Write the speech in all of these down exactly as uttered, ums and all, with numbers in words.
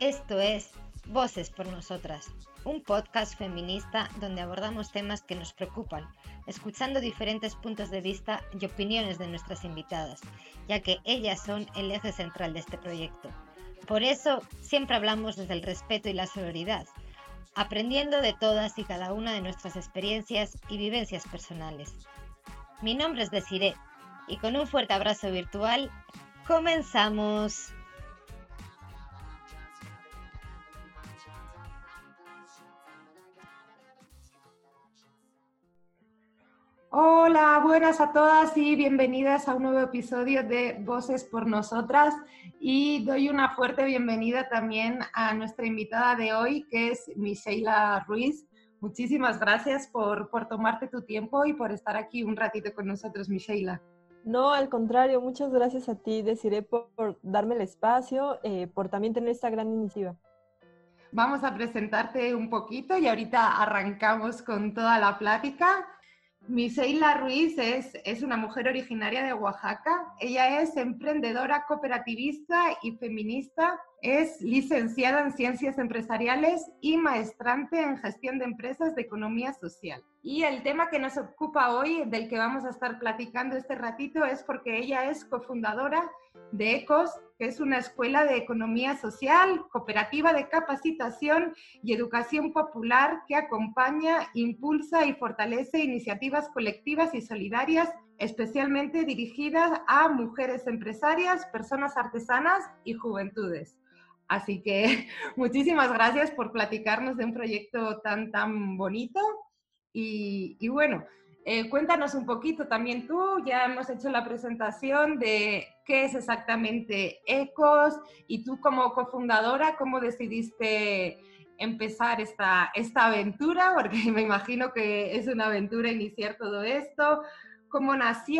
Esto es Voces por Nosotras, un podcast feminista donde abordamos temas que nos preocupan, escuchando diferentes puntos de vista y opiniones de nuestras invitadas, ya que ellas son el eje central de este proyecto. Por eso, siempre hablamos desde el respeto y la sororidad, aprendiendo de todas y cada una de nuestras experiencias y vivencias personales. Mi nombre es Desiree y con un fuerte abrazo virtual, ¡comenzamos! Hola, buenas a todas y bienvenidas a un nuevo episodio de Voces por Nosotras, y doy una fuerte bienvenida también a nuestra invitada de hoy, que es Micheila Ruiz. Muchísimas gracias por, por tomarte tu tiempo y por estar aquí un ratito con nosotros, Micheila. No, al contrario, muchas gracias a ti, Desiree, por, por darme el espacio, eh, por también tener esta gran iniciativa. Vamos a presentarte un poquito y ahorita arrancamos con toda la plática. Micheila Ruiz es, es una mujer originaria de Oaxaca. Ella es emprendedora, cooperativista y feminista. Es licenciada en Ciencias Empresariales y maestrante en Gestión de Empresas de Economía Social. Y el tema que nos ocupa hoy, del que vamos a estar platicando este ratito, es porque ella es cofundadora de ECOS, que es una escuela de economía social, cooperativa de capacitación y educación popular que acompaña, impulsa y fortalece iniciativas colectivas y solidarias, especialmente dirigidas a mujeres empresarias, personas artesanas y juventudes. Así que muchísimas gracias por platicarnos de un proyecto tan, tan bonito. Y, y bueno, eh, cuéntanos un poquito también tú. Ya hemos hecho la presentación de qué es exactamente ECOS, y tú como cofundadora, ¿cómo decidiste empezar esta, esta aventura? Porque me imagino que es una aventura iniciar todo esto. ¿Cómo nació?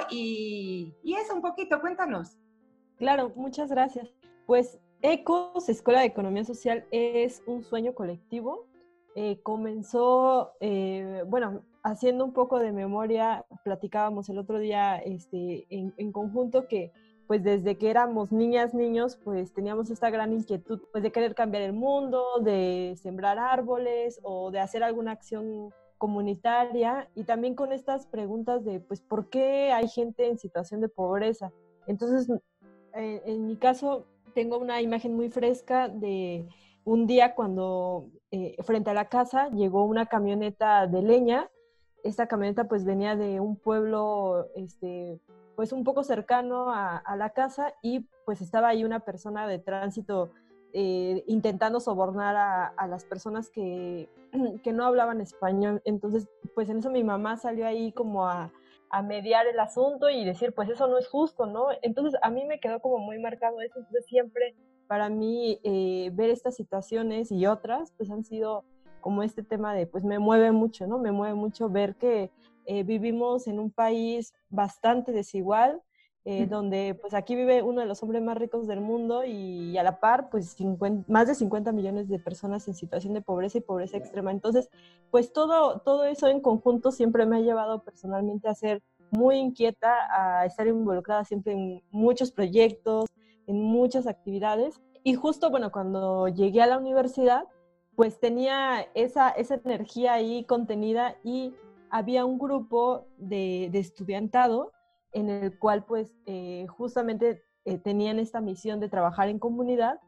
Y, y eso un poquito, cuéntanos. Claro, muchas gracias. Pues ECOS, Escuela de Economía Social, es un sueño colectivo. Eh, comenzó, eh, bueno, haciendo un poco de memoria, platicábamos el otro día este, en, en conjunto que pues desde que éramos niñas, niños, pues teníamos esta gran inquietud pues, de querer cambiar el mundo, de sembrar árboles o de hacer alguna acción comunitaria, y también con estas preguntas de pues ¿por qué hay gente en situación de pobreza? Entonces, en, en mi caso, tengo una imagen muy fresca de un día cuando eh, frente a la casa llegó una camioneta de leña. Esta camioneta pues venía de un pueblo este, pues un poco cercano a, a la casa, y pues estaba ahí una persona de tránsito eh, intentando sobornar a, a las personas que, que no hablaban español. Entonces pues en eso mi mamá salió ahí como a a mediar el asunto y decir, pues eso no es justo, ¿no? Entonces a mí me quedó como muy marcado eso. Entonces siempre para mí eh, ver estas situaciones y otras, pues han sido como este tema de, pues me mueve mucho, ¿no? Me mueve mucho ver que eh, vivimos en un país bastante desigual, eh, donde pues aquí vive uno de los hombres más ricos del mundo y a la par pues cincuenta, más de cincuenta millones de personas en situación de pobreza y pobreza extrema. Entonces pues todo, todo eso en conjunto siempre me ha llevado personalmente a ser muy inquieta, a estar involucrada siempre en muchos proyectos, en muchas actividades. Y justo, bueno, cuando llegué a la universidad, pues tenía esa, esa energía ahí contenida, y había un grupo de, de estudiantado en el cual pues eh, justamente eh, tenían esta misión de trabajar en comunidad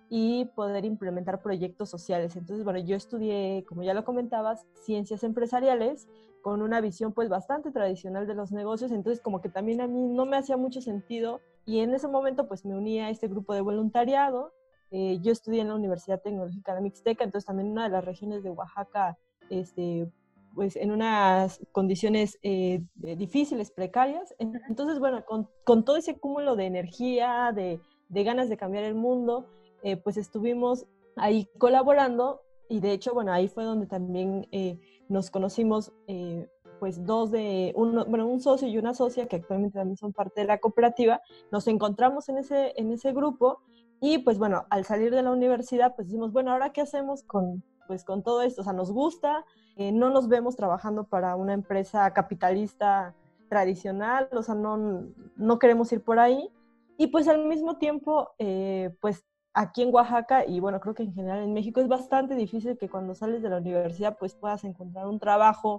y poder implementar proyectos sociales. Entonces, bueno, yo estudié, como ya lo comentabas, ciencias empresariales, con una visión pues bastante tradicional de los negocios. Entonces como que también a mí no me hacía mucho sentido, y en ese momento pues me uní a este grupo de voluntariado. Eh, yo estudié en la Universidad Tecnológica de Mixteca, entonces también en una de las regiones de Oaxaca, este, pues en unas condiciones eh, difíciles, precarias. Entonces, bueno, con, con todo ese cúmulo de energía, de, de ganas de cambiar el mundo, eh, pues estuvimos ahí colaborando, y de hecho, bueno, ahí fue donde también eh, nos conocimos, eh, pues dos de, uno, bueno, un socio y una socia que actualmente también son parte de la cooperativa. Nos encontramos en ese, en ese grupo, y pues bueno, al salir de la universidad, pues decimos, bueno, ¿ahora qué hacemos con, pues, con todo esto? O sea, nos gusta, eh, no nos vemos trabajando para una empresa capitalista tradicional, o sea, no, no queremos ir por ahí. Y pues al mismo tiempo, eh, pues aquí en Oaxaca, y bueno, creo que en general en México, es bastante difícil que cuando sales de la universidad pues puedas encontrar un trabajo,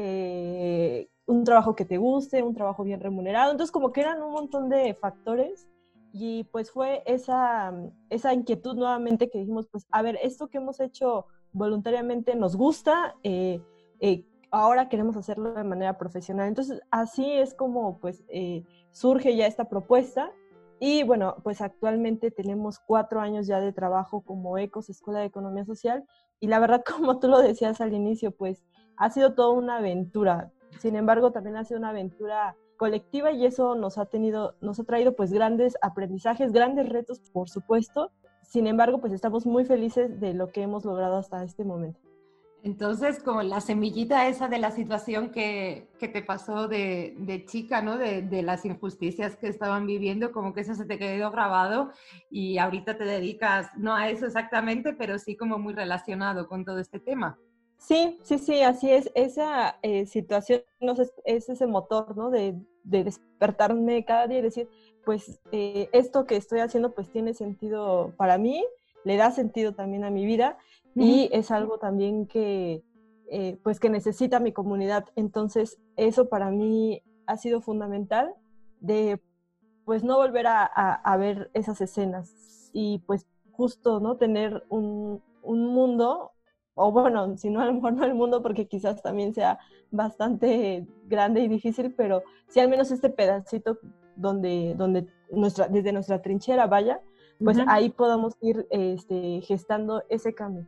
eh, un trabajo que te guste, un trabajo bien remunerado. Entonces como que eran un montón de factores y pues fue esa, esa inquietud nuevamente que dijimos, pues a ver, esto que hemos hecho voluntariamente nos gusta, eh, eh, ahora queremos hacerlo de manera profesional. Entonces así es como pues eh, surge ya esta propuesta. Y bueno, pues actualmente tenemos cuatro años ya de trabajo como ECOS, Escuela de Economía Social, y la verdad, como tú lo decías al inicio, pues ha sido toda una aventura. Sin embargo, también ha sido una aventura colectiva y eso nos ha tenido, nos ha traído pues grandes aprendizajes, grandes retos, por supuesto. Sin embargo, pues estamos muy felices de lo que hemos logrado hasta este momento. Entonces, como la semillita esa de la situación que, que te pasó de, de chica, ¿no? De, de las injusticias que estaban viviendo, como que eso se te quedó grabado y ahorita te dedicas, no a eso exactamente, pero sí como muy relacionado con todo este tema. Sí, sí, sí, así es. Esa eh, situación no sé, es ese motor, ¿no? De, de despertarme cada día y decir, pues eh, esto que estoy haciendo pues tiene sentido para mí, le da sentido también a mi vida y es algo también que eh, pues que necesita mi comunidad. Entonces eso para mí ha sido fundamental de pues no volver a, a, a ver esas escenas y pues justo, ¿no? Tener un, un mundo, o bueno, si no a lo mejor no el mundo porque quizás también sea bastante grande y difícil, pero sí al menos este pedacito donde, donde nuestra, desde nuestra trinchera vaya, pues uh-huh. ahí podamos ir este, gestando ese cambio.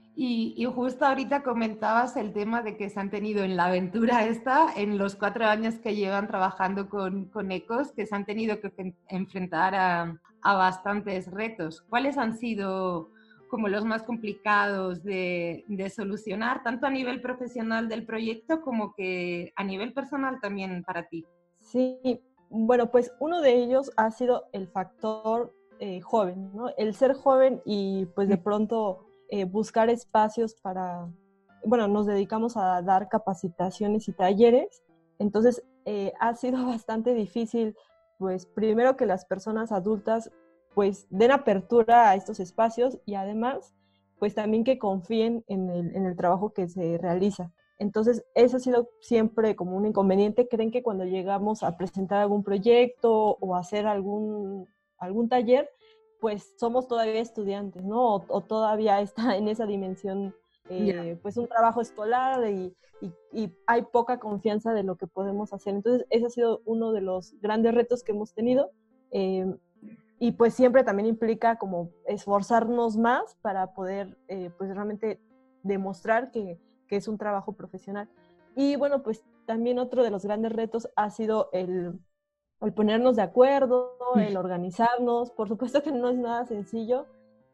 Y, y justo ahorita comentabas el tema de que se han tenido en la aventura esta, en los cuatro años que llevan trabajando con, con ECOS, que se han tenido que enfrentar a, a bastantes retos. ¿Cuáles han sido como los más complicados de, de solucionar, tanto a nivel profesional del proyecto como que a nivel personal también para ti? Sí, bueno, pues uno de ellos ha sido el factor eh, joven, ¿no? El ser joven y pues de pronto eh, buscar espacios para, bueno, nos dedicamos a dar capacitaciones y talleres, entonces eh, ha sido bastante difícil, pues primero que las personas adultas pues den apertura a estos espacios y además pues también que confíen en el, en el trabajo que se realiza. Entonces, eso ha sido siempre como un inconveniente. Creen que cuando llegamos a presentar algún proyecto o a hacer algún, algún taller, pues somos todavía estudiantes, ¿no? O, o todavía está en esa dimensión, eh, yeah. pues un trabajo escolar y, y, y hay poca confianza de lo que podemos hacer. Entonces, ese ha sido uno de los grandes retos que hemos tenido. Eh, y pues siempre también implica como esforzarnos más para poder, eh, pues realmente demostrar que que es un trabajo profesional. Y bueno, pues también otro de los grandes retos ha sido el, el ponernos de acuerdo, el organizarnos. Por supuesto que no es nada sencillo,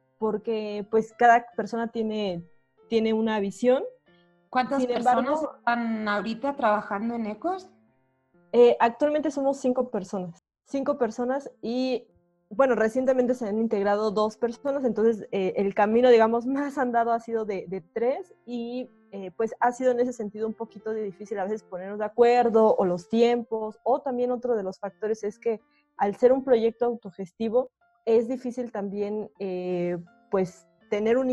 porque pues cada persona tiene, tiene una visión. ¿Cuántas Sin personas embargo, están ahorita trabajando en ECOS? Eh, actualmente somos cinco personas. Cinco personas y bueno, recientemente se han integrado dos personas, entonces eh, el camino, digamos, más andado ha sido de, de tres y eh, pues ha sido en ese sentido un poquito de difícil a veces ponernos de acuerdo o los tiempos, o también otro de los factores es que al ser un proyecto autogestivo es difícil también eh, pues tener un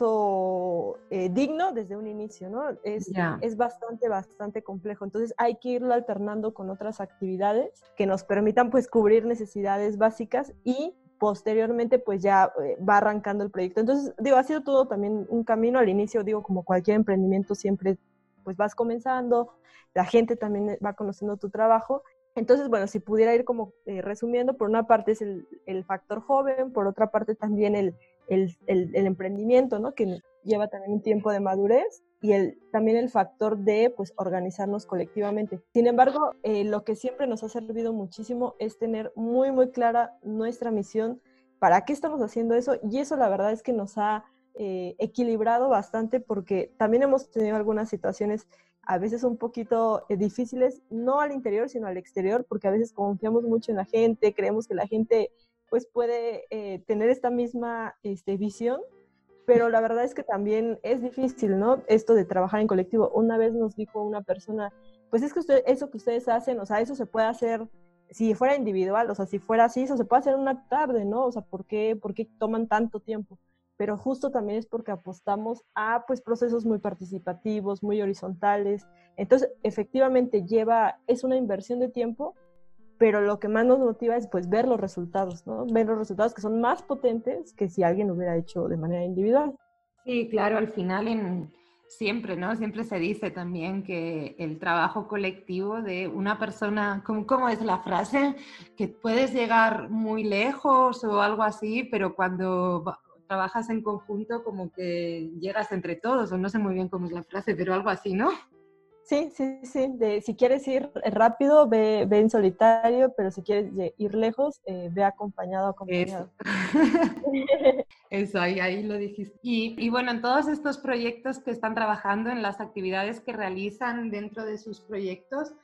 ingreso eh, digno desde un inicio, ¿no? Es, yeah. es bastante, bastante complejo. Entonces hay que irlo alternando con otras actividades que nos permitan pues cubrir necesidades básicas y posteriormente pues ya eh, va arrancando el proyecto. Entonces, digo, ha sido todo también un camino. Al inicio, digo, como cualquier emprendimiento siempre pues vas comenzando, la gente también va conociendo tu trabajo. Entonces, bueno, si pudiera ir como eh, resumiendo, por una parte es el, el factor joven, por otra parte también el, el, el, el emprendimiento, ¿no? Que lleva también un tiempo de madurez, y el, también el factor de, pues, organizarnos colectivamente. Sin embargo, eh, lo que siempre nos ha servido muchísimo es tener muy, muy clara nuestra misión, para qué estamos haciendo eso, y eso la verdad es que nos ha eh, equilibrado bastante, porque también hemos tenido algunas situaciones a veces un poquito eh, difíciles, no al interior, sino al exterior, porque a veces confiamos mucho en la gente, creemos que la gente pues puede eh, tener esta misma este, visión, pero la verdad es que también es difícil, ¿no? Esto de trabajar en colectivo. Una vez nos dijo una persona, pues es que usted, eso que ustedes hacen, o sea, eso se puede hacer si fuera individual, o sea, si fuera así, eso se puede hacer en una tarde, ¿no? O sea, ¿por qué, por qué toman tanto tiempo? Pero justo también es porque apostamos a, pues, procesos muy participativos, muy horizontales. Entonces, efectivamente, lleva, es una inversión de tiempo, pero lo que más nos motiva es, pues, ver los resultados, ¿no? Ver los resultados que son más potentes que si alguien lo hubiera hecho de manera individual. Sí, claro, al final en, siempre, ¿no? Siempre se dice también que el trabajo colectivo de una persona, ¿cómo, cómo es la frase? Que puedes llegar muy lejos o algo así, pero cuando va- trabajas en conjunto como que llegas entre todos, o no sé muy bien cómo es la frase, pero algo así, ¿no? Sí, sí, sí. De, si quieres ir rápido, ve, ve en solitario, pero si quieres lle- ir lejos, eh, ve acompañado, Eso. acompañado. Eso, ahí, ahí lo dijiste. Y, y bueno, en todos estos proyectos que están trabajando, en las actividades que realizan dentro de sus proyectos,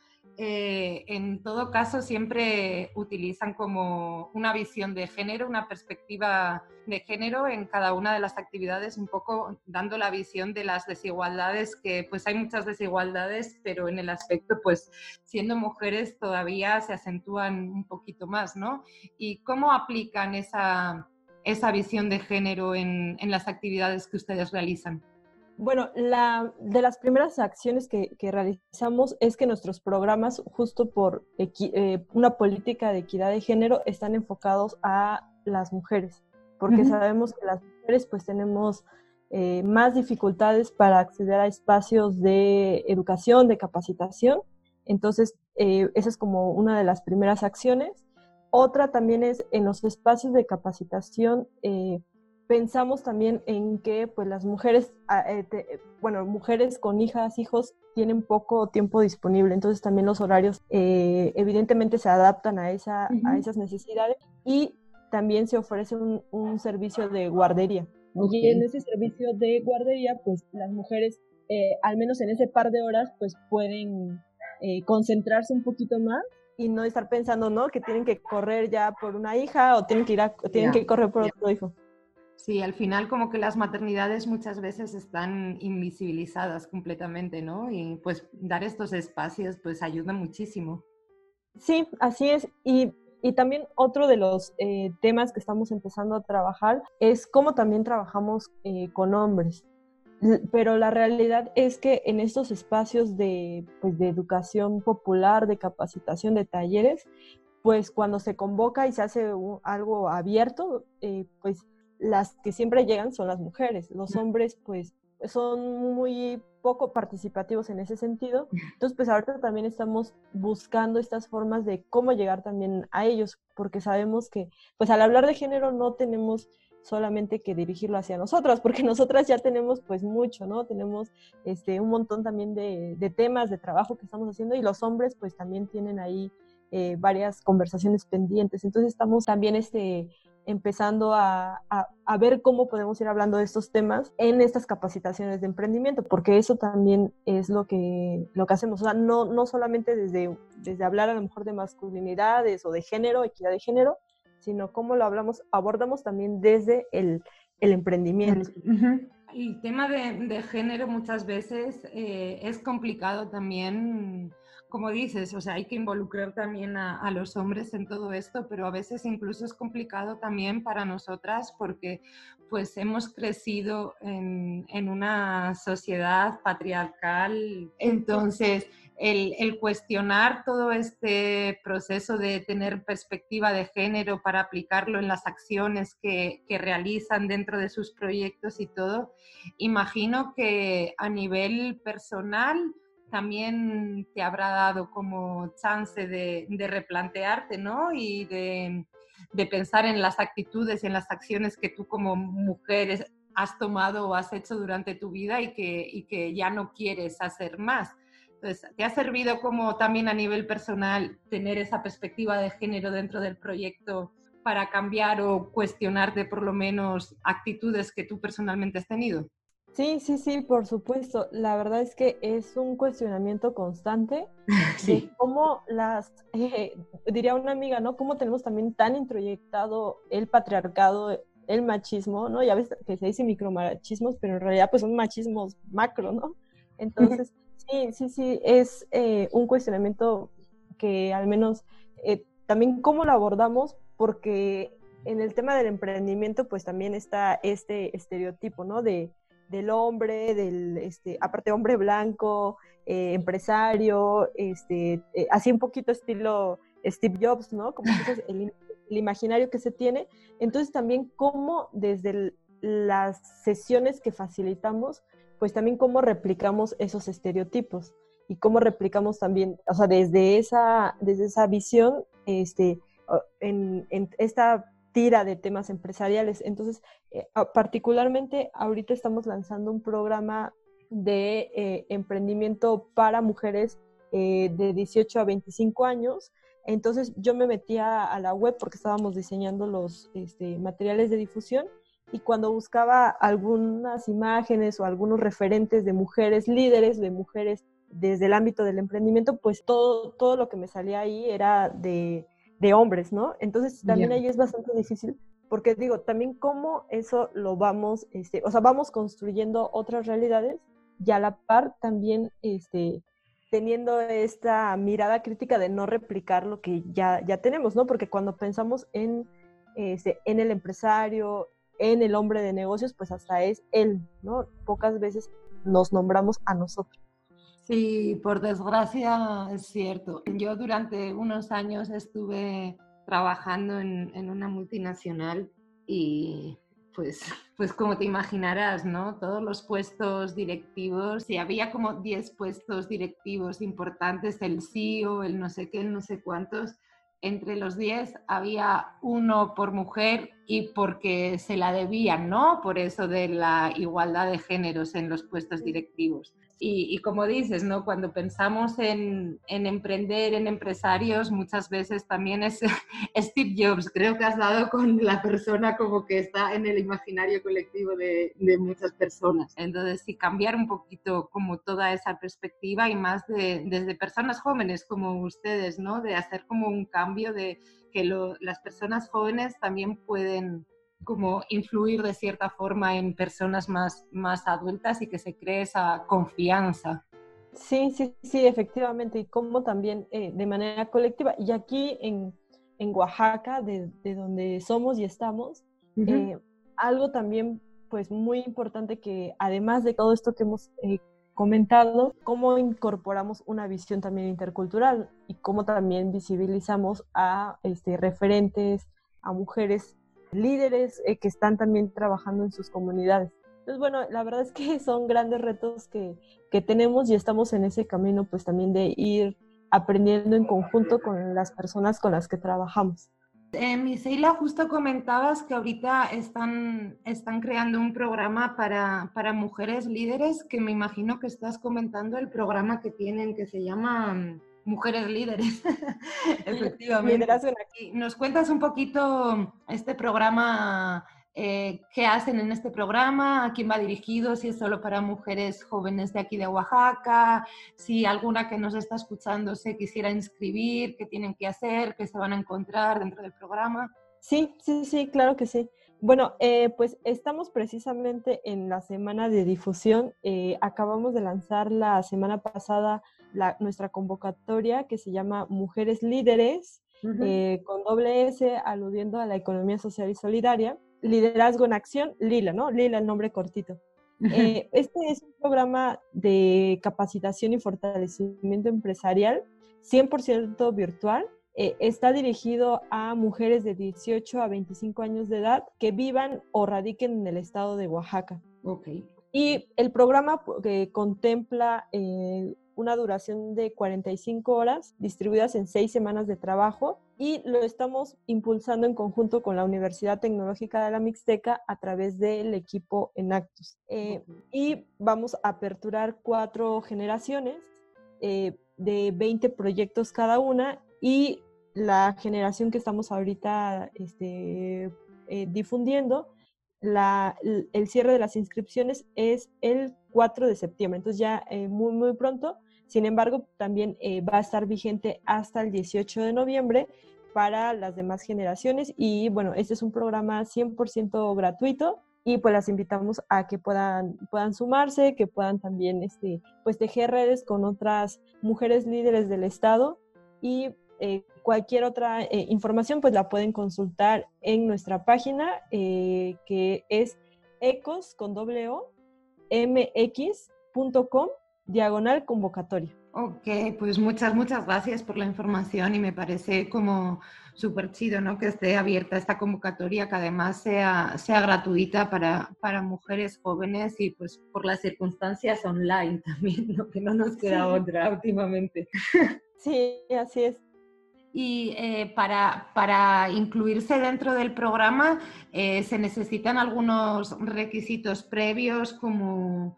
eh, en todo caso siempre utilizan como una visión de género, una perspectiva de género en cada una de las actividades, un poco dando la visión de las desigualdades, que pues hay muchas desigualdades, pero en el aspecto, pues siendo mujeres todavía se acentúan un poquito más, ¿no? ¿Y cómo aplican esa esa visión de género en, en las actividades que ustedes realizan? Bueno, la, de las primeras acciones que, que realizamos es que nuestros programas, justo por equi, eh, una política de equidad de género, están enfocados a las mujeres, porque Uh-huh. sabemos que las mujeres pues tenemos eh, más dificultades para acceder a espacios de educación, de capacitación. Entonces, eh, esa es como una de las primeras acciones. Otra también es en los espacios de capacitación, eh, pensamos también en que pues las mujeres, eh, te, bueno, mujeres con hijas, hijos, tienen poco tiempo disponible, entonces también los horarios eh, evidentemente se adaptan a, esa, Uh-huh. a esas necesidades y también se ofrece un, un servicio de guardería. Okay. Y en ese servicio de guardería, pues las mujeres, eh, al menos en ese par de horas, pues pueden eh, concentrarse un poquito más y no estar pensando, ¿no? Que tienen que correr ya por una hija o tienen que ir a, tienen yeah. que correr por yeah. otro hijo. Sí, al final como que las maternidades muchas veces están invisibilizadas completamente, ¿no? Y pues dar estos espacios pues ayuda muchísimo. Sí, así es. Y, y también otro de los eh, temas que estamos empezando a trabajar es cómo también trabajamos eh, con hombres. Pero la realidad es que en estos espacios de, pues, de educación popular, de capacitación, de talleres, pues cuando se convoca y se hace un, algo abierto, eh, pues las que siempre llegan son las mujeres. Los hombres, pues, son muy poco participativos en ese sentido. Entonces, pues ahorita también estamos buscando estas formas de cómo llegar también a ellos, porque sabemos que, pues al hablar de género no tenemos solamente que dirigirlo hacia nosotras, porque nosotras ya tenemos pues mucho, ¿no? Tenemos este, un montón también de, de temas de trabajo que estamos haciendo y los hombres pues también tienen ahí eh, varias conversaciones pendientes. Entonces estamos también este, empezando a, a, a ver cómo podemos ir hablando de estos temas en estas capacitaciones de emprendimiento, porque eso también es lo que, lo que hacemos. O sea, no, no solamente desde, desde hablar a lo mejor de masculinidades o de género, equidad de género, sino cómo lo hablamos, abordamos también desde el, el emprendimiento. Uh-huh. El tema de, de género muchas veces eh, es complicado también, como dices, o sea, hay que involucrar también a, a los hombres en todo esto, pero a veces incluso es complicado también para nosotras porque pues hemos crecido en, en una sociedad patriarcal, entonces el, el cuestionar todo este proceso de tener perspectiva de género para aplicarlo en las acciones que, que realizan dentro de sus proyectos y todo, imagino que a nivel personal también te habrá dado como chance de, de replantearte, ¿no? Y de, de pensar en las actitudes, en las acciones que tú como mujer has tomado o has hecho durante tu vida y que, y que ya no quieres hacer más. Entonces, ¿te ha servido como también a nivel personal tener esa perspectiva de género dentro del proyecto para cambiar o cuestionarte por lo menos actitudes que tú personalmente has tenido? Sí, sí, sí, por supuesto. La verdad es que es un cuestionamiento constante sí. de cómo las, eh, diría una amiga, ¿no? Cómo tenemos también tan introyectado el patriarcado, el machismo, ¿no? Ya ves que se dice micromachismos, pero en realidad pues son machismos macro, ¿no? Entonces, sí, sí, sí, es eh, un cuestionamiento que al menos eh, también cómo lo abordamos, porque en el tema del emprendimiento pues también está este estereotipo, ¿no? De, del hombre, del, este, aparte hombre blanco, eh, empresario, este, eh, así un poquito estilo Steve Jobs, ¿no? Como que ese es el, el imaginario que se tiene. Entonces también cómo desde el, las sesiones que facilitamos, pues también cómo replicamos esos estereotipos y cómo replicamos también, o sea, desde esa, desde esa visión, este, en, en esta tira de temas empresariales. Entonces, eh, particularmente ahorita estamos lanzando un programa de eh, emprendimiento para mujeres eh, de dieciocho a veinticinco años. Entonces yo me metía a la web porque estábamos diseñando los este, materiales de difusión, y cuando buscaba algunas imágenes o algunos referentes de mujeres líderes, de mujeres desde el ámbito del emprendimiento, pues todo, todo lo que me salía ahí era de, de hombres, ¿no? Entonces también yeah. ahí es bastante difícil, porque digo, también cómo eso lo vamos, este, o sea, vamos construyendo otras realidades y a la par también este, teniendo esta mirada crítica de no replicar lo que ya, ya tenemos, ¿no? Porque cuando pensamos en, este, en el empresario, en el hombre de negocios, pues hasta es él, ¿no? Pocas veces nos nombramos a nosotros. Sí, por desgracia es cierto. Yo durante unos años estuve trabajando en, en una multinacional y pues, pues como te imaginarás, ¿no? Todos los puestos directivos, si había como diez puestos directivos importantes, el C E O, el no sé qué, el no sé cuántos, entre los diez había uno por mujer y porque se la debían, ¿no? Por eso de la igualdad de géneros en los puestos directivos. Y, y como dices, ¿no? Cuando pensamos en, en emprender, en empresarios, muchas veces también es Steve Jobs. Creo que has dado con la persona como que está en el imaginario colectivo de, de muchas personas. Entonces, sí, cambiar un poquito como toda esa perspectiva y más de, desde personas jóvenes como ustedes, ¿no? De hacer como un cambio de que lo, las personas jóvenes también pueden como influir de cierta forma en personas más, más adultas y que se cree esa confianza. Sí, sí, sí, efectivamente, y como también eh, de manera colectiva. Y aquí en, en Oaxaca, de, de donde somos y estamos, uh-huh. eh, algo también pues muy importante que además de todo esto que hemos eh, comentado, cómo incorporamos una visión también intercultural y cómo también visibilizamos a este, referentes, a mujeres líderes eh, que están también trabajando en sus comunidades. Entonces, bueno, la verdad es que son grandes retos que, que tenemos y estamos en ese camino, pues también de ir aprendiendo en conjunto con las personas con las que trabajamos. Eh, Miseila, justo comentabas que ahorita están, están creando un programa para, para mujeres líderes, que me imagino que estás comentando el programa que tienen que se llama Mujeres Líderes. Efectivamente. Liderazgo en Acción. ¿Nos cuentas un poquito este programa, eh, qué hacen en este programa, a quién va dirigido, si es solo para mujeres jóvenes de aquí de Oaxaca, si alguna que nos está escuchando se quisiera inscribir, qué tienen que hacer, qué se van a encontrar dentro del programa? Sí, sí, sí, claro que sí. Bueno, eh, pues estamos precisamente en la semana de difusión. Eh, acabamos de lanzar la semana pasada la, nuestra convocatoria que se llama Mujeres Líderes, uh-huh. eh, con doble S, aludiendo a la economía social y solidaria. Liderazgo en Acción, Lila, ¿no? Lila, el nombre cortito. Uh-huh. Eh, este es un programa de capacitación y fortalecimiento empresarial, cien por ciento virtual. Eh, está dirigido a mujeres de dieciocho a veinticinco años de edad que vivan o radiquen en el estado de Oaxaca. Okay. Y el programa eh, contempla eh, una duración de cuarenta y cinco horas distribuidas en seis semanas de trabajo, y lo estamos impulsando en conjunto con la Universidad Tecnológica de la Mixteca a través del equipo Enactus. Eh, okay. Y vamos a aperturar cuatro generaciones eh, de veinte proyectos cada una, y la generación que estamos ahorita este, eh, difundiendo, la, el cierre de las inscripciones es el cuatro de septiembre, entonces ya eh, muy muy pronto. Sin embargo, también eh, va a estar vigente hasta el dieciocho de noviembre para las demás generaciones, y bueno, este es un programa cien por ciento gratuito, y pues las invitamos a que puedan, puedan sumarse, que puedan también este, pues tejer redes con otras mujeres líderes del estado, y eh, cualquier otra eh, información pues la pueden consultar en nuestra página eh, que es ecos con doble o mx.com diagonal convocatoria. Ok, pues muchas, muchas gracias por la información y me parece como súper chido, ¿no? Que esté abierta esta convocatoria, que además sea, sea gratuita para, para mujeres jóvenes y pues por las circunstancias online también, ¿no? Que no nos queda Sí. otra últimamente. Sí, así es. Y eh, para, para incluirse dentro del programa eh, se necesitan algunos requisitos previos como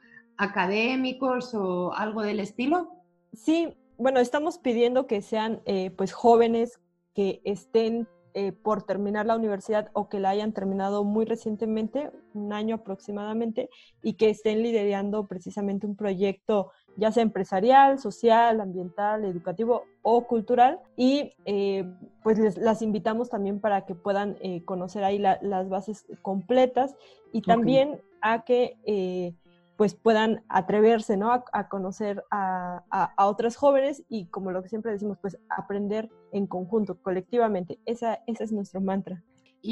académicos o algo del estilo. Sí, bueno, estamos pidiendo que sean eh, pues jóvenes que estén eh, por terminar la universidad o que la hayan terminado muy recientemente, un año aproximadamente, y que estén liderando precisamente un proyecto ya sea empresarial, social, ambiental, educativo o cultural, y eh, pues les, las invitamos también para que puedan eh, conocer ahí la, las bases completas y también okay. a que eh, pues puedan atreverse, ¿no? a, a conocer a, a, a otras jóvenes y como lo que siempre decimos, pues aprender en conjunto, colectivamente. Esa, ese es nuestro mantra.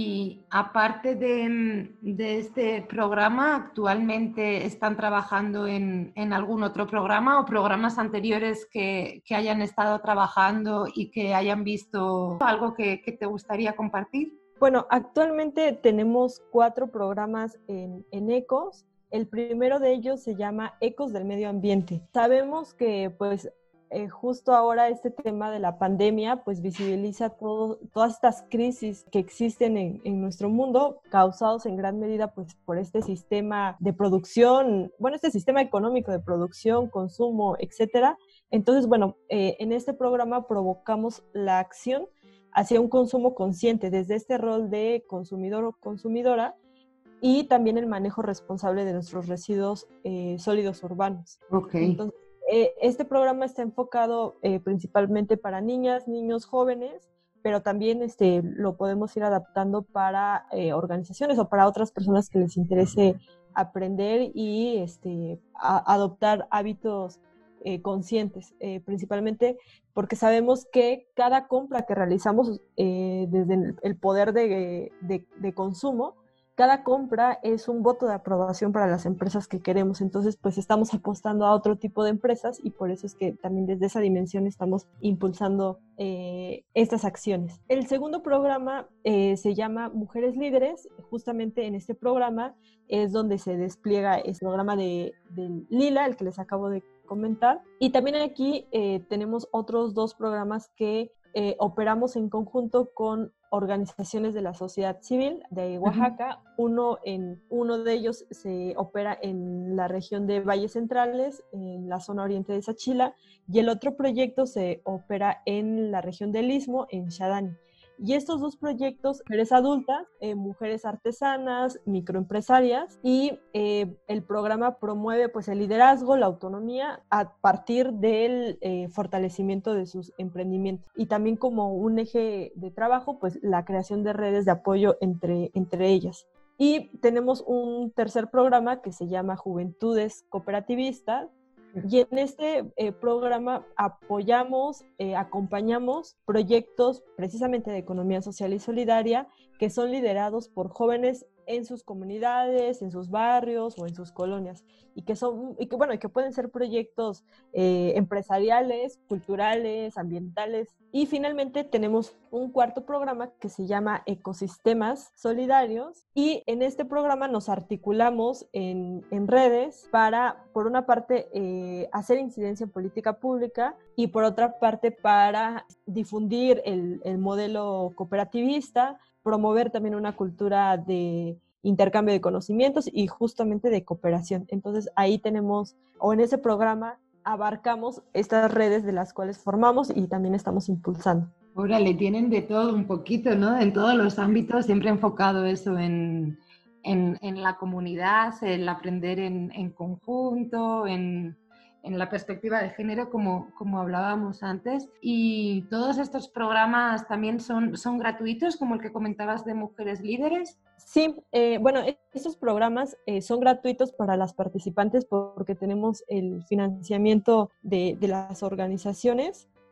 Y aparte de, de este programa, ¿actualmente están trabajando en, en algún otro programa o programas anteriores que, que hayan estado trabajando y que hayan visto algo que, que te gustaría compartir? Bueno, actualmente tenemos cuatro programas en, en ECOS. El primero de ellos se llama Ecos del Medio Ambiente. Sabemos que pues eh, justo ahora este tema de la pandemia pues visibiliza todo, todas estas crisis que existen en, en nuestro mundo, causados en gran medida pues por este sistema de producción, bueno, este sistema económico de producción, consumo, etcétera. Entonces, bueno, eh, en este programa provocamos la acción hacia un consumo consciente desde este rol de consumidor o consumidora y también el manejo responsable de nuestros residuos eh, sólidos urbanos. Okay. Entonces, eh, este programa está enfocado eh, principalmente para niñas, niños, jóvenes, pero también este, lo podemos ir adaptando para eh, organizaciones o para otras personas que les interese aprender y este, a, adoptar hábitos eh, conscientes, eh, principalmente porque sabemos que cada compra que realizamos eh, desde el poder de, de, de consumo, cada compra es un voto de aprobación para las empresas que queremos. Entonces, pues estamos apostando a otro tipo de empresas y por eso es que también desde esa dimensión estamos impulsando eh, estas acciones. El segundo programa eh, se llama Mujeres Líderes. Justamente en este programa es donde se despliega el programa de, de Lila, el que les acabo de comentar. Y también aquí eh, tenemos otros dos programas que eh, operamos en conjunto con organizaciones de la sociedad civil de Oaxaca. Uh-huh. Uno, en, uno de ellos se opera en la región de Valles Centrales, en la zona oriente de Sachila, y el otro proyecto se opera en la región del Istmo, en Xadani. Y estos dos proyectos, mujeres adultas, eh, mujeres artesanas, microempresarias, y eh, el programa promueve pues, el liderazgo, la autonomía a partir del eh, fortalecimiento de sus emprendimientos. Y también como un eje de trabajo, pues la creación de redes de apoyo entre, entre ellas. Y tenemos un tercer programa que se llama Juventudes Cooperativistas. Y en este eh, programa apoyamos, eh, acompañamos proyectos precisamente de economía social y solidaria que son liderados por jóvenes en sus comunidades, en sus barrios o en sus colonias y que son y que bueno y que pueden ser proyectos eh, empresariales, culturales, ambientales. Y finalmente tenemos un cuarto programa que se llama Ecosistemas Solidarios y en este programa nos articulamos en, en redes para, por una parte, eh, hacer incidencia en política pública y por otra parte para difundir el, el modelo cooperativista, promover también una cultura de intercambio de conocimientos y justamente de cooperación. Entonces ahí tenemos, o en ese programa, abarcamos estas redes de las cuales formamos y también estamos impulsando. Órale, tienen de todo un poquito, ¿no? En todos los ámbitos, siempre enfocado eso en, en, en la comunidad, el aprender en, en conjunto, en, en la perspectiva de género, como, como hablábamos antes. Y todos estos programas también son, son gratuitos, como el que comentabas de Mujeres Líderes. Sí, eh, bueno, estos programas eh, son gratuitos para las participantes porque tenemos el financiamiento de, de las organizaciones.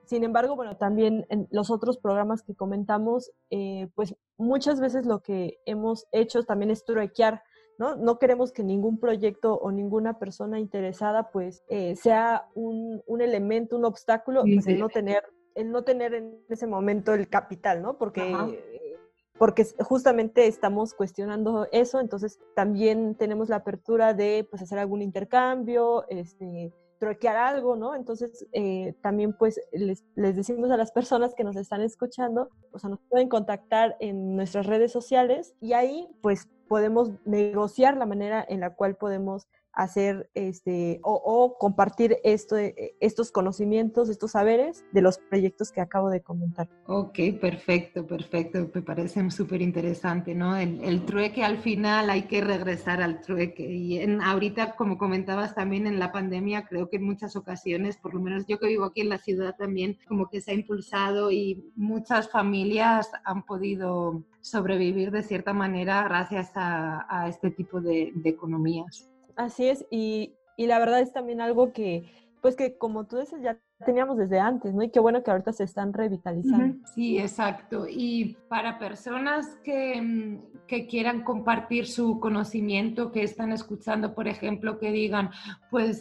sin embargo, bueno, también en los otros programas que comentamos, eh, pues muchas veces lo que hemos hecho también es truequear, ¿no? No queremos que ningún proyecto o ninguna persona interesada pues eh, sea un, un elemento, un obstáculo, pues el no tener, el no tener en ese momento el capital, ¿no? Porque, porque justamente estamos cuestionando eso, entonces también tenemos la apertura de pues hacer algún intercambio, este, truequear algo, ¿no? Entonces eh, también pues les, les decimos a las personas que nos están escuchando, o sea, nos pueden contactar en nuestras redes sociales y ahí pues podemos negociar la manera en la cual podemos hacer este o, o compartir esto, estos conocimientos, estos saberes de los proyectos que acabo de comentar. Ok, perfecto, perfecto. Me parece súper interesante, ¿no? El, el trueque al final hay que regresar al trueque. Y en, ahorita, como comentabas también en la pandemia, creo que en muchas ocasiones, por lo menos yo que vivo aquí en la ciudad también, como que se ha impulsado y muchas familias han podido sobrevivir de cierta manera gracias a, a este tipo de, de economías. Así es, y, y la verdad es también algo que, pues que como tú dices, ya teníamos desde antes, ¿no? Y qué bueno que ahorita se están revitalizando. Sí, exacto. Y para personas que, que quieran compartir su conocimiento, que están escuchando, por ejemplo, que digan, pues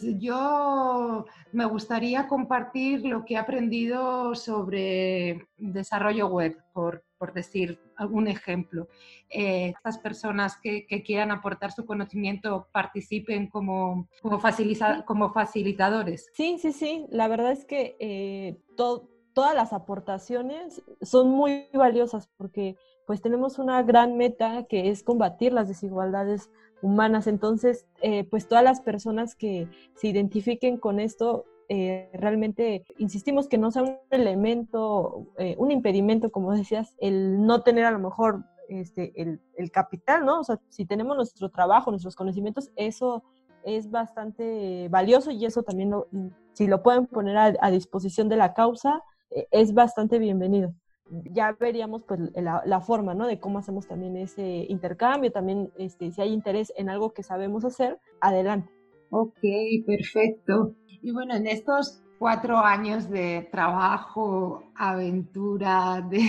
yo me gustaría compartir lo que he aprendido sobre desarrollo web, por, por decir algún ejemplo. Eh, estas personas que, que quieran aportar su conocimiento participen como, como, facilita, como facilitadores. Sí, sí, sí. La verdad es que eh, todo... todas las aportaciones son muy valiosas porque pues tenemos una gran meta que es combatir las desigualdades humanas. Entonces, eh, pues todas las personas que se identifiquen con esto, eh, realmente insistimos que no sea un elemento, eh, un impedimento, como decías, el no tener a lo mejor este, el, el capital, ¿no? O sea, si tenemos nuestro trabajo, nuestros conocimientos, eso es bastante valioso y eso también, lo, si lo pueden poner a, a disposición de la causa, es bastante bienvenido. Ya veríamos pues la, la forma, ¿no? De cómo hacemos también ese intercambio, también este, si hay interés en algo que sabemos hacer, adelante. Ok, perfecto. Y bueno, en estos cuatro años de trabajo, aventura, de,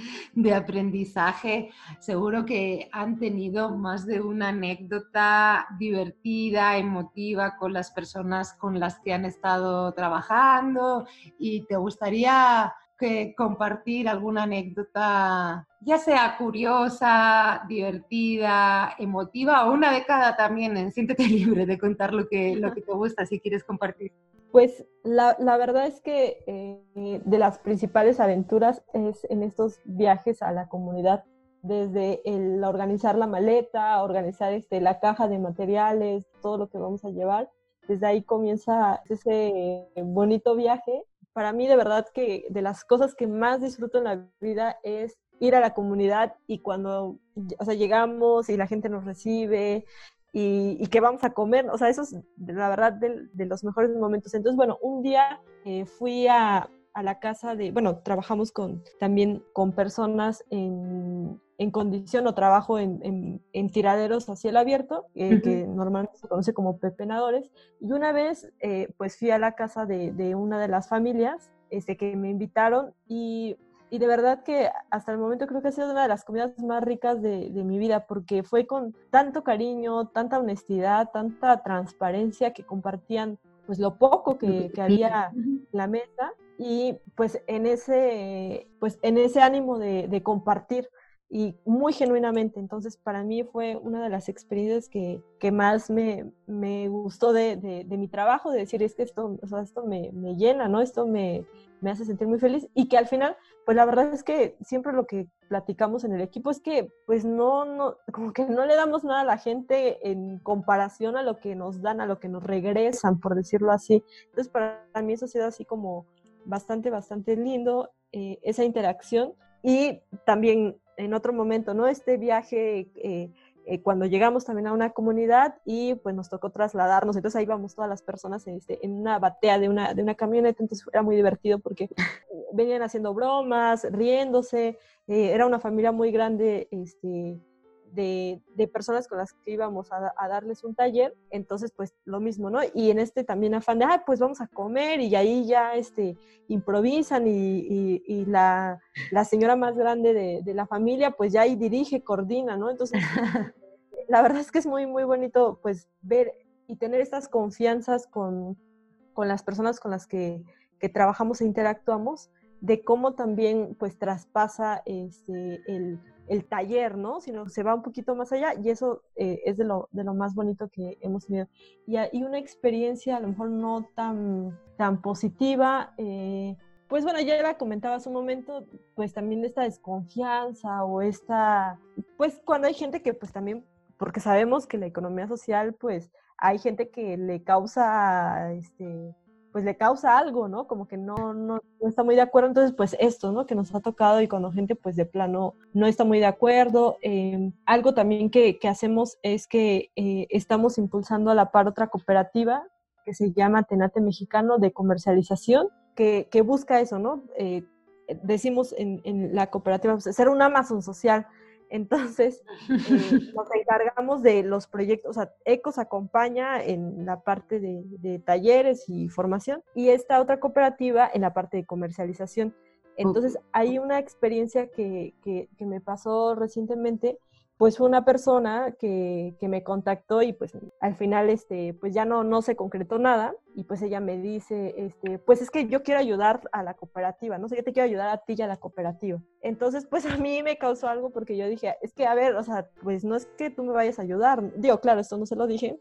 de aprendizaje, seguro que han tenido más de una anécdota divertida, emotiva con las personas con las que han estado trabajando y te gustaría que compartir alguna anécdota, ya sea curiosa, divertida, emotiva o una de cada también. Siéntete libre de contar lo que, lo que te gusta si quieres compartir. Pues la, la verdad es que eh, de las principales aventuras es en estos viajes a la comunidad, desde el organizar la maleta, organizar este, la caja de materiales, todo lo que vamos a llevar. Desde ahí comienza ese bonito viaje. Para mí, de verdad, que de las cosas que más disfruto en la vida es ir a la comunidad y cuando, o sea, llegamos y la gente nos recibe y, y que vamos a comer, o sea, eso es la verdad de, de los mejores momentos. Entonces, bueno, un día eh, fui a, a la casa de, bueno, trabajamos con, también con personas en, en condición o trabajo en, en, en tiraderos a cielo abierto, eh, uh-huh. que normalmente se conoce como pepenadores, y una vez eh, pues fui a la casa de, de una de las familias este, que me invitaron y, y de verdad que hasta el momento creo que ha sido una de las comidas más ricas de, de mi vida porque fue con tanto cariño, tanta honestidad, tanta transparencia que compartían pues lo poco que, que había en la mesa y pues en ese, pues, en ese ánimo de, de compartir y muy genuinamente. Entonces para mí fue una de las experiencias que, que más me, me gustó de, de, de mi trabajo, de decir es que esto, o sea, esto me, me llena, ¿no? Esto me, me hace sentir muy feliz y que al final, pues la verdad es que siempre lo que platicamos en el equipo es que pues no, no, como que no le damos nada a la gente en comparación a lo que nos dan, a lo que nos regresan, por decirlo así. Entonces para mí eso ha sido así como bastante, bastante lindo, eh, esa interacción y también en otro momento, ¿no? Este viaje, eh, eh, cuando llegamos también a una comunidad y pues nos tocó trasladarnos, entonces ahí íbamos todas las personas este, en una batea de una, de una camioneta, entonces era muy divertido porque venían haciendo bromas, riéndose, eh, era una familia muy grande, este, de, de personas con las que íbamos a, a darles un taller, entonces pues lo mismo, ¿no? Y en este también afán de, ah, pues vamos a comer, y ahí ya este, improvisan, y, y, y la, la señora más grande de, de la familia pues ya ahí dirige, coordina, ¿no? Entonces la verdad es que es muy, muy bonito pues ver y tener estas confianzas con, con las personas con las que, que trabajamos e interactuamos, de cómo también pues traspasa este, el, el taller, ¿no? Sino se va un poquito más allá, y eso eh, es de lo, de lo más bonito que hemos tenido. Y, y una experiencia a lo mejor no tan, tan positiva, eh, pues bueno, ya la comentaba hace un momento, pues también esta desconfianza o esta, pues cuando hay gente que pues también, porque sabemos que la economía social, pues hay gente que le causa, este, pues le causa algo, ¿no? Como que no, no, no está muy de acuerdo. Entonces, pues esto, ¿no? Que nos ha tocado, y cuando gente pues de plano no está muy de acuerdo. Eh, algo también que, que hacemos es que eh, estamos impulsando a la par otra cooperativa que se llama Tenate Mexicano de Comercialización, que, que busca eso, ¿no? Eh, decimos en, en la cooperativa, pues, ser un Amazon social. Entonces, eh, nos encargamos de los proyectos, o sea, Ecos acompaña en la parte de, de talleres y formación, y esta otra cooperativa en la parte de comercialización. Entonces, okay. Hay una experiencia que, que, que me pasó recientemente, pues fue una persona que, que me contactó, y pues al final este, pues ya no, no se concretó nada, y pues ella me dice, este, pues es que yo quiero ayudar a la cooperativa, no sé, yo te quiero ayudar a ti y a la cooperativa. Entonces pues a mí me causó algo, porque yo dije, es que a ver, o sea, pues no es que tú me vayas a ayudar, digo, claro, esto no se lo dije,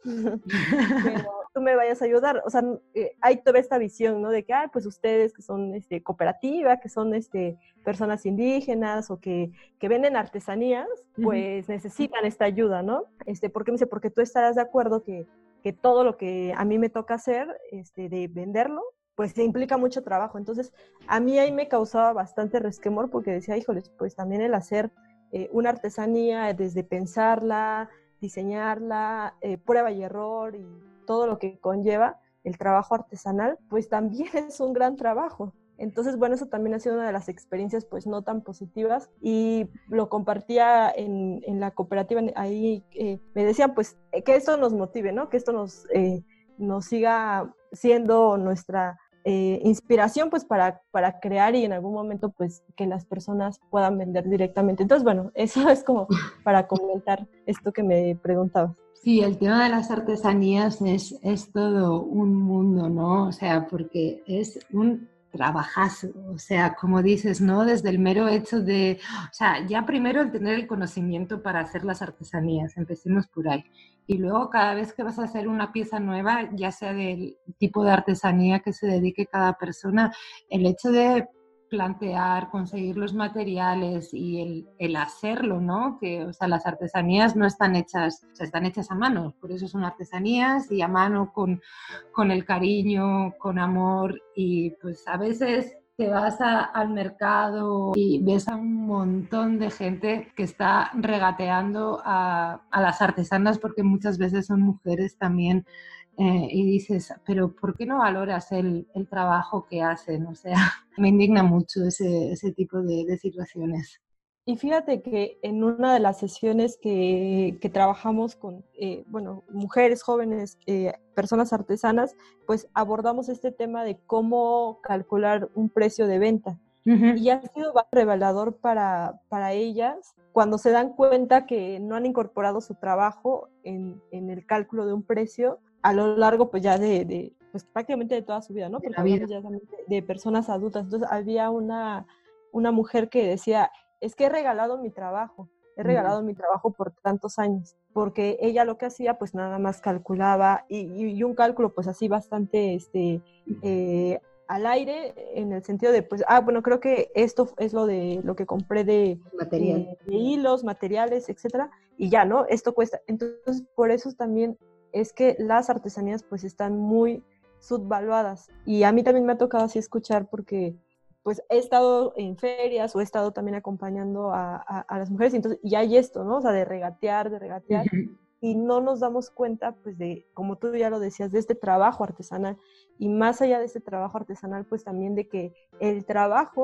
pero tú me vayas a ayudar, o sea, eh, hay toda esta visión, ¿no? De que, ah, pues ustedes que son este, cooperativa, que son este, personas indígenas, o que, que venden artesanías, pues uh-huh. necesitan esta ayuda, ¿no? Este, porque me dice, porque tú estarás de acuerdo que, que todo lo que a mí me toca hacer, este, de venderlo, pues se implica mucho trabajo. Entonces, a mí ahí me causaba bastante resquemor, porque decía, híjoles, pues también el hacer eh, una artesanía, desde pensarla, diseñarla, eh, prueba y error, y todo lo que conlleva el trabajo artesanal, pues también es un gran trabajo. Entonces, bueno, eso también ha sido una de las experiencias pues no tan positivas, y lo compartía en, en la cooperativa. Ahí eh, me decían pues que esto nos motive, ¿no? Que esto nos, eh, nos siga siendo nuestra eh, inspiración pues para, para crear, y en algún momento pues que las personas puedan vender directamente. Entonces, bueno, eso es como para comentar esto que me preguntabas. Sí, el tema de las artesanías es, es todo un mundo, ¿no? O sea, porque es un trabajazo, o sea, como dices, ¿no? Desde el mero hecho de, o sea, ya primero el tener el conocimiento para hacer las artesanías, empecemos por ahí. Y luego cada vez que vas a hacer una pieza nueva, ya sea del tipo de artesanía que se dedique cada persona, el hecho de plantear, conseguir los materiales y el, el hacerlo, ¿no? Que, o sea, las artesanías no están hechas, o sea, están hechas a mano, por eso son artesanías, y a mano con, con el cariño, con amor, y pues a veces te vas a, al mercado y ves a un montón de gente que está regateando a, a las artesanas, porque muchas veces son mujeres también. Eh, y dices, pero ¿por qué no valoras el, el trabajo que hacen? O sea, me indigna mucho ese, ese tipo de, de situaciones. Y fíjate que en una de las sesiones que, que trabajamos con, eh, bueno, mujeres jóvenes, eh, personas artesanas, pues abordamos este tema de cómo calcular un precio de venta. Uh-huh. Y ha sido revelador para, para ellas cuando se dan cuenta que no han incorporado su trabajo en, en el cálculo de un precio a lo largo pues ya de, de pues prácticamente de toda su vida, ¿no? Porque hablamos ya de, de personas adultas. Entonces había una, una mujer que decía, es que he regalado mi trabajo, he regalado uh-huh. mi trabajo por tantos años, porque ella lo que hacía pues nada más calculaba, y, y, y un cálculo pues así bastante este, eh, al aire, en el sentido de pues, ah, bueno, creo que esto es lo de lo que compré de, de, de hilos, materiales, etcétera, y ya, ¿no? Esto cuesta. Entonces, por eso también es que las artesanías pues están muy subvaluadas, y a mí también me ha tocado así escuchar, porque pues he estado en ferias o he estado también acompañando a, a, a las mujeres, y entonces y hay esto, ¿no? O sea, de regatear, de regatear, uh-huh. y no nos damos cuenta pues de, como tú ya lo decías, de este trabajo artesanal, y más allá de este trabajo artesanal pues también de que el trabajo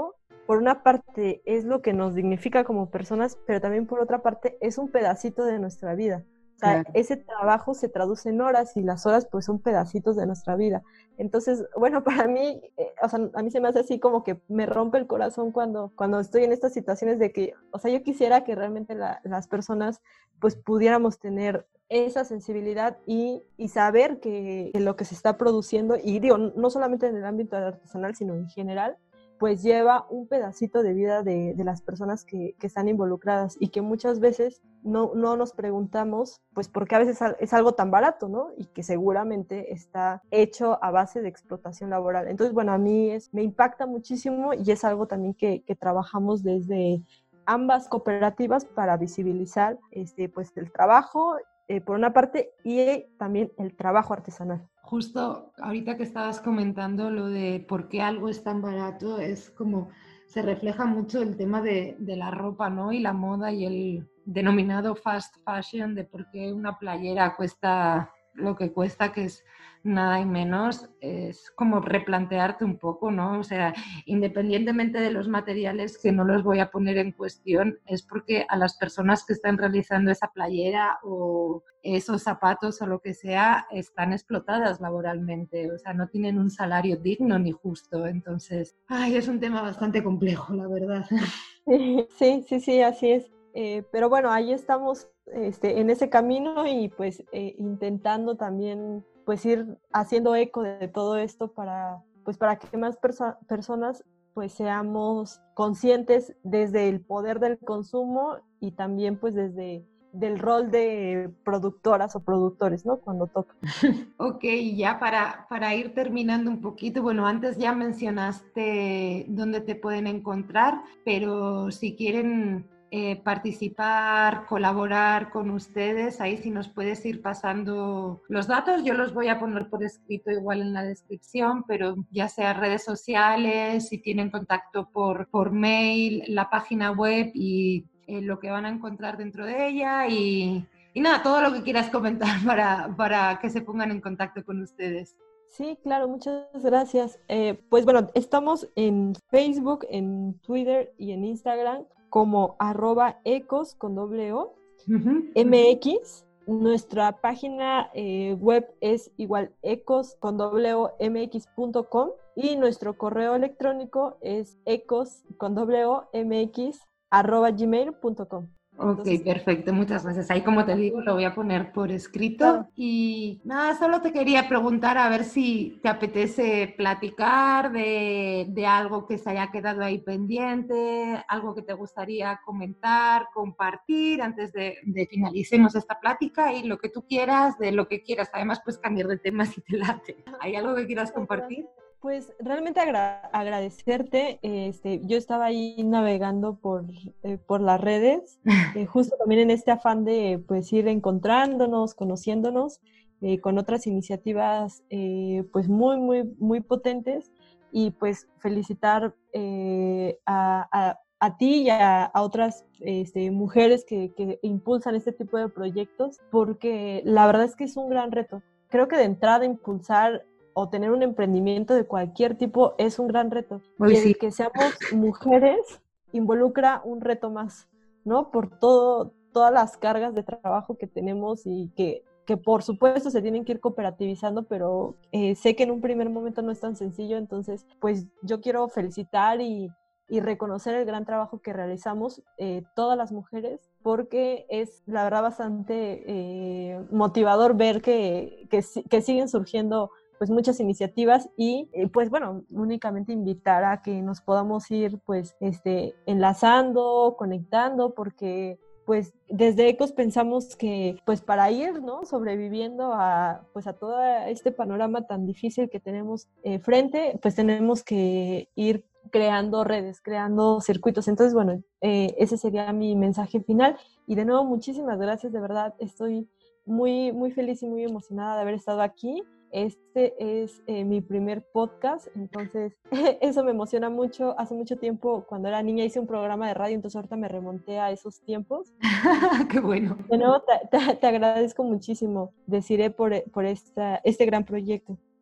por una parte es lo que nos dignifica como personas, pero también por otra parte es un pedacito de nuestra vida. O sea, claro, ese trabajo se traduce en horas y las horas pues son pedacitos de nuestra vida. Entonces, bueno, para mí, eh, o sea, a mí se me hace así como que me rompe el corazón cuando, cuando estoy en estas situaciones de que, o sea, yo quisiera que realmente la, las personas pues pudiéramos tener esa sensibilidad y, y saber que, que lo que se está produciendo, y digo, no solamente en el ámbito artesanal, sino en general, pues lleva un pedacito de vida de, de las personas que, que están involucradas y que muchas veces no, no nos preguntamos, pues porque a veces es algo tan barato, ¿no? Y que seguramente está hecho a base de explotación laboral. Entonces, bueno, a mí es, me impacta muchísimo y es algo también que, que trabajamos desde ambas cooperativas para visibilizar este, pues, el trabajo, eh, por una parte, y también el trabajo artesanal. Justo ahorita que estabas comentando lo de por qué algo es tan barato, es como se refleja mucho el tema de, de la ropa, ¿no? Y la moda y el denominado fast fashion, de por qué una playera cuesta lo que cuesta, que es nada y menos. Es como replantearte un poco, ¿no? O sea, independientemente de los materiales, que no los voy a poner en cuestión, es porque a las personas que están realizando esa playera o esos zapatos o lo que sea, están explotadas laboralmente, o sea, no tienen un salario digno ni justo. Entonces, ay, es un tema bastante complejo, la verdad. Sí, sí, sí, así es. Eh, pero bueno, ahí estamos este, en ese camino y pues eh, intentando también pues ir haciendo eco de todo esto para, pues, para que más perso- personas pues seamos conscientes desde el poder del consumo y también pues desde del rol de productoras o productores, ¿no? Cuando toca. Ok, ya para, para ir terminando un poquito, bueno, antes ya mencionaste dónde te pueden encontrar, pero si quieren eh, participar, colaborar con ustedes, ahí sí nos puedes ir pasando los datos. Yo los voy a poner por escrito igual en la descripción, pero ya sea redes sociales, si tienen contacto por, por mail, la página web y eh, lo que van a encontrar dentro de ella y... Y nada, todo lo que quieras comentar para, para que se pongan en contacto con ustedes. Sí, claro, muchas gracias. Eh, pues bueno, estamos en Facebook, en Twitter y en Instagram como arroba ecos con doble O, uh-huh. M X. Nuestra página eh, web es igual ecos con doble O M X punto com y nuestro correo electrónico es ecos con doble O M X arroba gmail punto com. Entonces, ok, perfecto, muchas gracias. Ahí, como te digo, lo voy a poner por escrito. Claro. Y nada, solo te quería preguntar a ver si te apetece platicar de, de algo que se haya quedado ahí pendiente, algo que te gustaría comentar, compartir antes de, de finalicemos esta plática y lo que tú quieras, de lo que quieras. Además, pues cambiar de tema si te late. ¿Hay algo que quieras compartir? Pues realmente agra- agradecerte, este, yo estaba ahí navegando por, eh, por las redes, eh, justo también en este afán de pues ir encontrándonos, conociéndonos, eh, con otras iniciativas eh, pues muy, muy, muy potentes y pues felicitar eh, a, a, a ti y a, a otras este, mujeres que, que impulsan este tipo de proyectos, porque la verdad es que es un gran reto. Creo que de entrada impulsar o tener un emprendimiento de cualquier tipo es un gran reto. Uy, y el sí. que seamos mujeres involucra un reto más, ¿no? Por todo, todas las cargas de trabajo que tenemos y que, que por supuesto se tienen que ir cooperativizando, pero eh, sé que en un primer momento no es tan sencillo, entonces pues yo quiero felicitar y, y reconocer el gran trabajo que realizamos eh, todas las mujeres, porque es la verdad bastante eh, motivador ver que, que, que siguen surgiendo pues muchas iniciativas y eh, pues bueno, únicamente invitar a que nos podamos ir pues este enlazando, conectando, porque pues desde Ecos pensamos que pues para ir, ¿no? sobreviviendo a pues a todo este panorama tan difícil que tenemos eh, frente, pues tenemos que ir creando redes, creando circuitos. Entonces, bueno, eh, ese sería mi mensaje final y de nuevo muchísimas gracias, de verdad estoy muy muy feliz y muy emocionada de haber estado aquí. Este es eh, mi primer podcast, entonces eso me emociona mucho. Hace mucho tiempo, cuando era niña, hice un programa de radio, entonces ahorita me remonté a esos tiempos. ¡Qué bueno! De nuevo, te, te, te agradezco muchísimo, Desiree, por, por esta, este gran proyecto.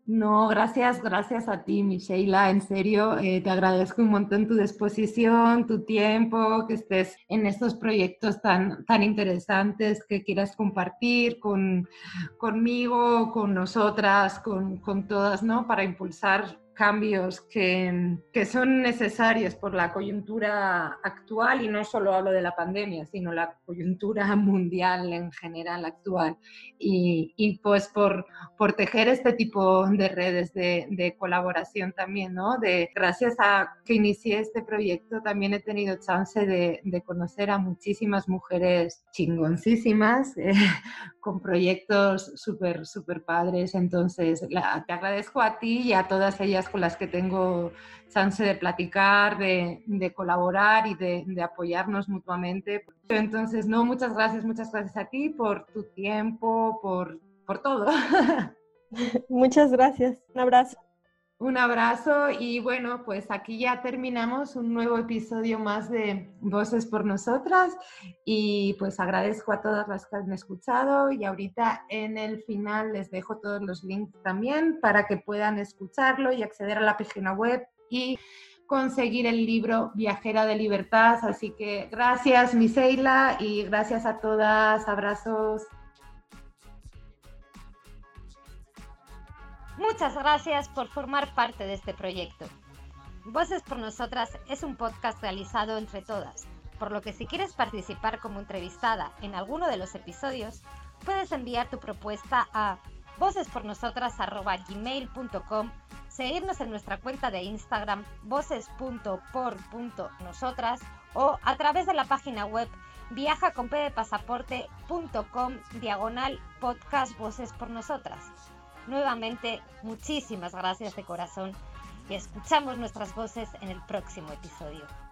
No, gracias, gracias a ti, Micheila, en serio, eh, te agradezco un montón tu disposición, tu tiempo, que estés en estos proyectos tan, tan interesantes que quieras compartir con, conmigo, con nosotras, con, con todas, ¿no? Para impulsar cambios que, que son necesarios por la coyuntura actual, y no solo hablo de la pandemia, sino la coyuntura mundial en general actual, y, y pues por, por tejer este tipo de redes de, de colaboración también, ¿no? De, gracias a que inicié este proyecto también he tenido chance de, de conocer a muchísimas mujeres chingoncísimas, eh, con proyectos súper, súper padres. Entonces, la, te agradezco a ti y a todas ellas con las que tengo chance de platicar, de, de colaborar y de, de apoyarnos mutuamente. Entonces, no, muchas gracias, muchas gracias a ti por tu tiempo, por, por todo. Muchas gracias. Un abrazo. Un abrazo y bueno, pues aquí ya terminamos un nuevo episodio más de Voces por Nosotras, y pues agradezco a todas las que han escuchado, y ahorita en el final les dejo todos los links también para que puedan escucharlo y acceder a la página web y conseguir el libro Viajera de Libertad. Así que gracias, Micheila, y gracias a todas. Abrazos. Muchas gracias por formar parte de este proyecto. Voces por Nosotras es un podcast realizado entre todas, por lo que si quieres participar como entrevistada en alguno de los episodios, puedes enviar tu propuesta a voces por nosotras arroba gmail punto com, seguirnos en nuestra cuenta de Instagram voces punto por punto nosotras o a través de la página web viajaconpdepasaporte.com diagonal podcast Voces por Nosotras. Nuevamente, muchísimas gracias de corazón y escuchamos nuestras voces en el próximo episodio.